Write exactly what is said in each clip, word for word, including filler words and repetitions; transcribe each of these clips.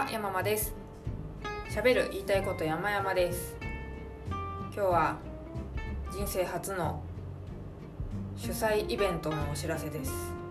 は、やままです。しゃべる言いたいこと山々です。今日は人生初の主催イベントのお知らせです。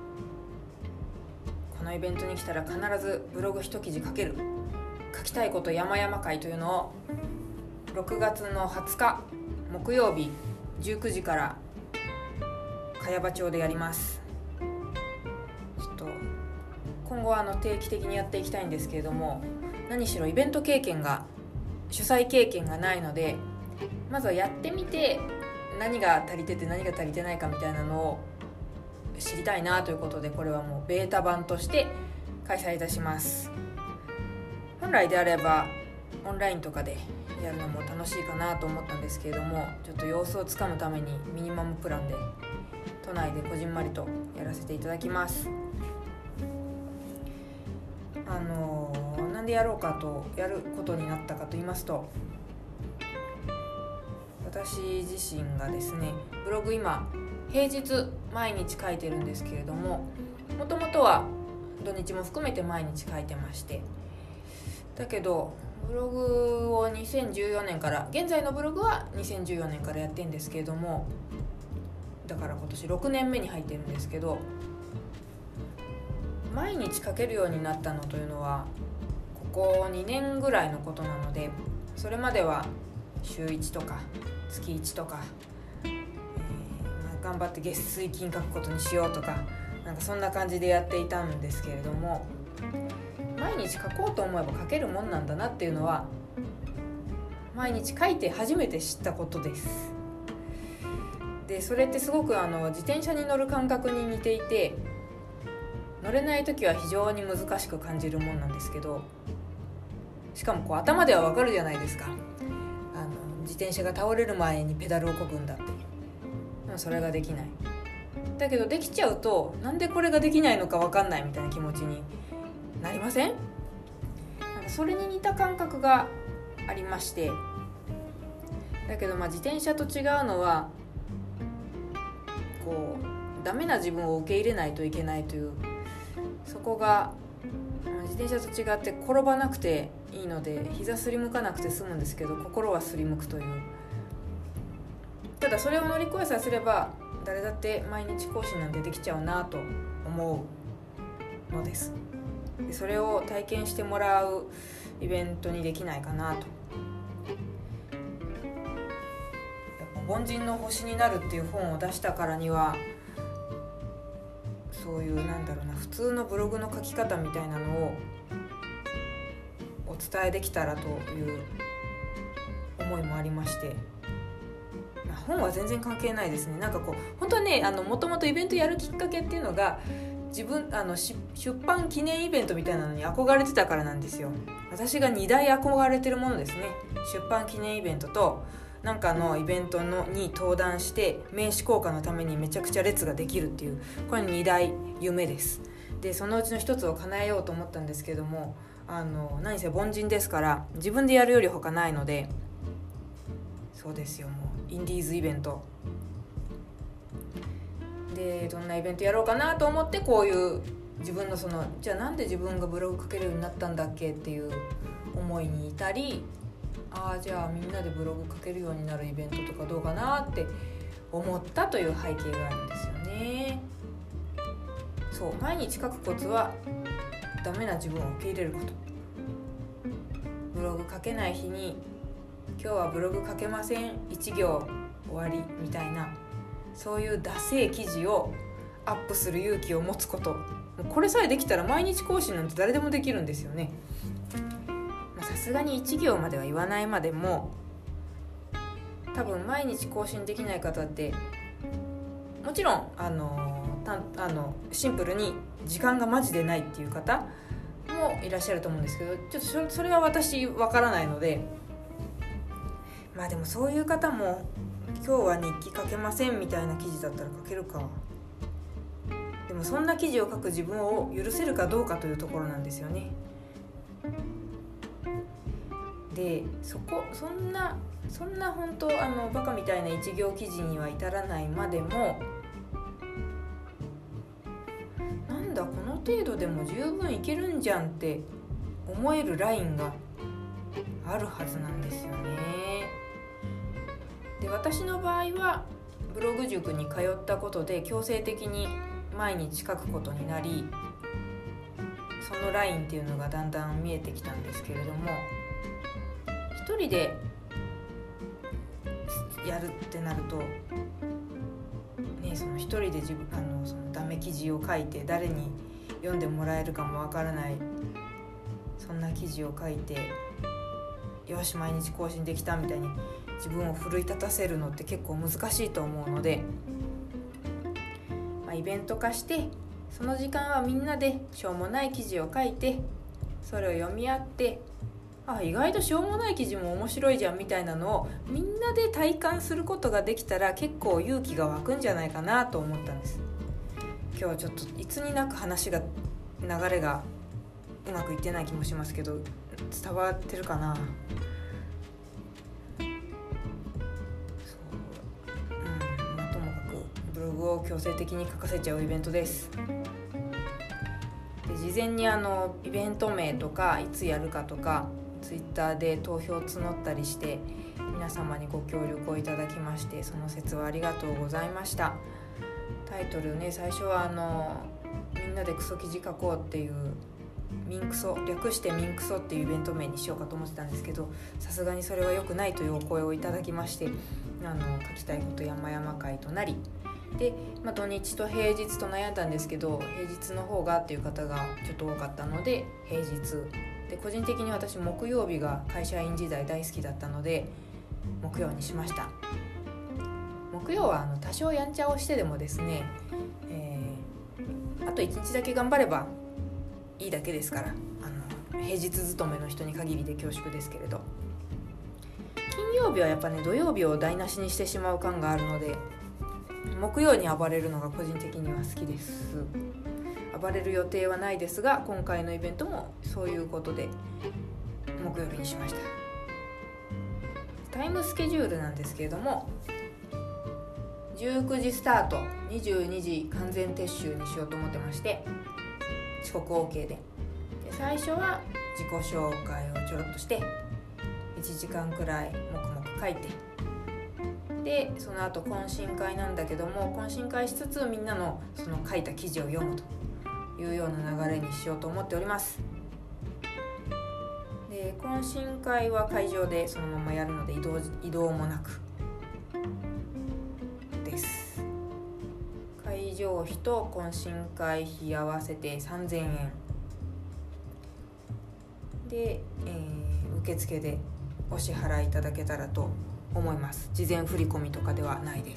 このイベントに来たら必ずブログ一記事書ける、書きたいこと山々会というのをろくがつのはつか木曜日じゅうくじから茅場町でやります。ちょっと今後はあの定期的にやっていきたいんですけれども、何しろイベント経験が主催経験がないので、まずはやってみて何が足りてて何が足りてないかみたいなのを知りたいなということで、これはもうベータ版として開催いたします。本来であればオンラインとかでやるのも楽しいかなと思ったんですけれども、ちょっと様子をつかむためにミニマムプランで都内でこじんまりとやらせていただきます。あのー、なんでやろうかとやることになったかと言いますと、私自身がですね、ブログ今平日毎日書いてるんですけれども、もともとは土日も含めて毎日書いてまして、だけどブログをにせんじゅうよねんから、現在のブログはにせんじゅうよねんからやってるんですけれども、だから今年ろくねんめに入ってるんですけど、毎日書けるようになったのというのはここにねんぐらいのことなので、それまではしゅういちとかつきいちとか、えーまあ、頑張って月水金書くことにしようとか、なんかそんな感じでやっていたんですけれども、毎日書こうと思えば書けるもんなんだなっていうのは毎日書いて初めて知ったことです。でそれってすごくあの自転車に乗る感覚に似ていて、乗れない時は非常に難しく感じるもんなんですけど、しかもこう頭ではわかるじゃないですか。あの自転車が倒れる前にペダルをこぐんだって、でもそれができない。だけどできちゃうと、なんでこれができないのかわかんないみたいな気持ちになりません？なんかそれに似た感覚がありまして、だけどまあ自転車と違うのは、こうダメな自分を受け入れないといけないという、そこが自転車と違って転ばなくていいので、膝すりむかなくて済むんですけど、心はすりむくという。ただそれを乗り越えさせれば誰だって毎日更新なんてできちゃうなと思うのです。でそれを体験してもらうイベントにできないかなと。やっぱ凡人の星になるっていう本を出したからには、そういうなんだろうな、普通のブログの書き方みたいなのをお伝えできたらという思いもありまして、まあ、本は全然関係ないですね。なんかこう本当はね、あのもともとイベントやるきっかけっていうのが、自分あの出版記念イベントみたいなのに憧れてたからなんですよ。私がにだい憧れてるものですね。出版記念イベントとなんかのイベントのに登壇して名刺交換のためにめちゃくちゃ列ができるっていう、これにだい夢です。でそのうちの一つを叶えようと思ったんですけども、あの何せ凡人ですから自分でやるより他ないので、そうですよ、もうインディーズイベントでどんなイベントやろうかなと思って、こういう自分のその、じゃあなんで自分がブログ書けるようになったんだっけっていう思いに至り、ああじゃあみんなでブログ書けるようになるイベントとかどうかなって思ったという背景があるんですよね。そう、毎日書くコツはダメな自分を受け入れること。ブログ書けない日に、今日はブログ書けません、いち行終わりみたいな、そういうダセー記事をアップする勇気を持つこと。これさえできたら毎日更新なんて誰でもできるんですよね。さすがにいち行までは言わないまでも、多分毎日更新できない方って、もちろんあのたあのシンプルに時間がマジでないっていう方もいらっしゃると思うんですけど、ちょっと そ, それは私わからないので、まあでもそういう方も今日は日記書けませんみたいな記事だったら書けるか。でもそんな記事を書く自分を許せるかどうかというところなんですよね。でそこそんなそんな本当あのバカみたいな一行記事には至らないまでも、なんだこの程度でも十分いけるんじゃんって思えるラインがあるはずなんですよね。で、私の場合はブログ塾に通ったことで強制的に毎日書くことになり、そのラインっていうのがだんだん見えてきたんですけれども、一人でやるってなると、ね、その一人で自分あのそのダメ記事を書いて誰に読んでもらえるかもわからない、そんな記事を書いてよし毎日更新できたみたいに自分を奮い立たせるのって結構難しいと思うので、まあ、イベント化してその時間はみんなでしょうもない記事を書いて、それを読み合って、あ、意外としょうもない記事も面白いじゃんみたいなのをみんなで体感することができたら結構勇気が湧くんじゃないかなと思ったんです。今日はちょっといつになく話が流れがうまくいってない気もしますけど、伝わってるかな。そう、うん、まあ、ともかくブログを強制的に書かせちゃうイベントです。で、事前にあのイベント名とかいつやるかとかツイッターで投票を募ったりして皆様にご協力をいただきまして、その説はありがとうございました。タイトルね、最初はあのみんなでクソ記事書こうっていうミンクソ、略してミンクソっていうイベント名にしようかと思ってたんですけど、さすがにそれは良くないというお声をいただきまして、あの書きたいこと山々会となり、で、まあ、土日と平日と悩んだんですけど、平日の方がっていう方がちょっと多かったので平日で、個人的に私木曜日が会社員時代大好きだったので木曜にしました。木曜はあの多少やんちゃをしてでもですね、えー、あといちにちだけ頑張ればいいだけですから、あの平日勤めの人に限りで恐縮ですけれど、金曜日はやっぱね土曜日を台無しにしてしまう感があるので、木曜に暴れるのが個人的には好きです。暴れる予定はないですが、今回のイベントもそういうことで木曜日にしました。タイムスケジュールなんですけれども、じゅうくじスタート、にじゅうにじ完全撤収にしようと思ってまして、遅刻 OK で、で最初は自己紹介をちょろっとしていちじかんくらい黙々書いて、でその後懇親会なんだけども、懇親会しつつみんなのその書いた記事を読むというような流れにしようと思っております。で懇親会は会場でそのままやるので移動、移動もなくです。会場費と懇親会費合わせてさんぜんえんで、えー、受付でお支払いいただけたらと思います。事前振り込みとかではないです。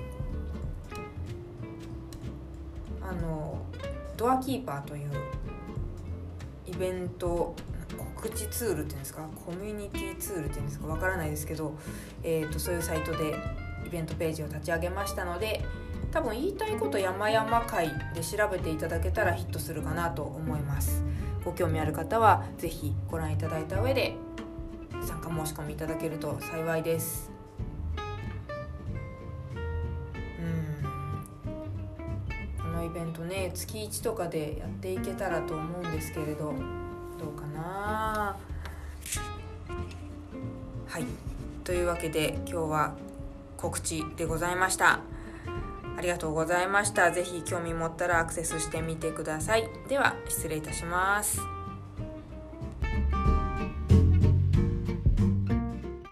あのドアキーパーというイベント告知ツールっていうんですか、コミュニティツールっていうんですか、わからないですけど、えーと、そういうサイトでイベントページを立ち上げましたので、多分言いたいこと山々会で調べていただけたらヒットするかなと思います。ご興味ある方はぜひご覧いただいた上で参加申し込みいただけると幸いです。うんこのイベントね、月いちとかでやっていけたらと思うんですけれど、どうかな。はい、というわけで今日は告知でございました。ありがとうございました。ぜひ興味持ったらアクセスしてみてください。では失礼いたします。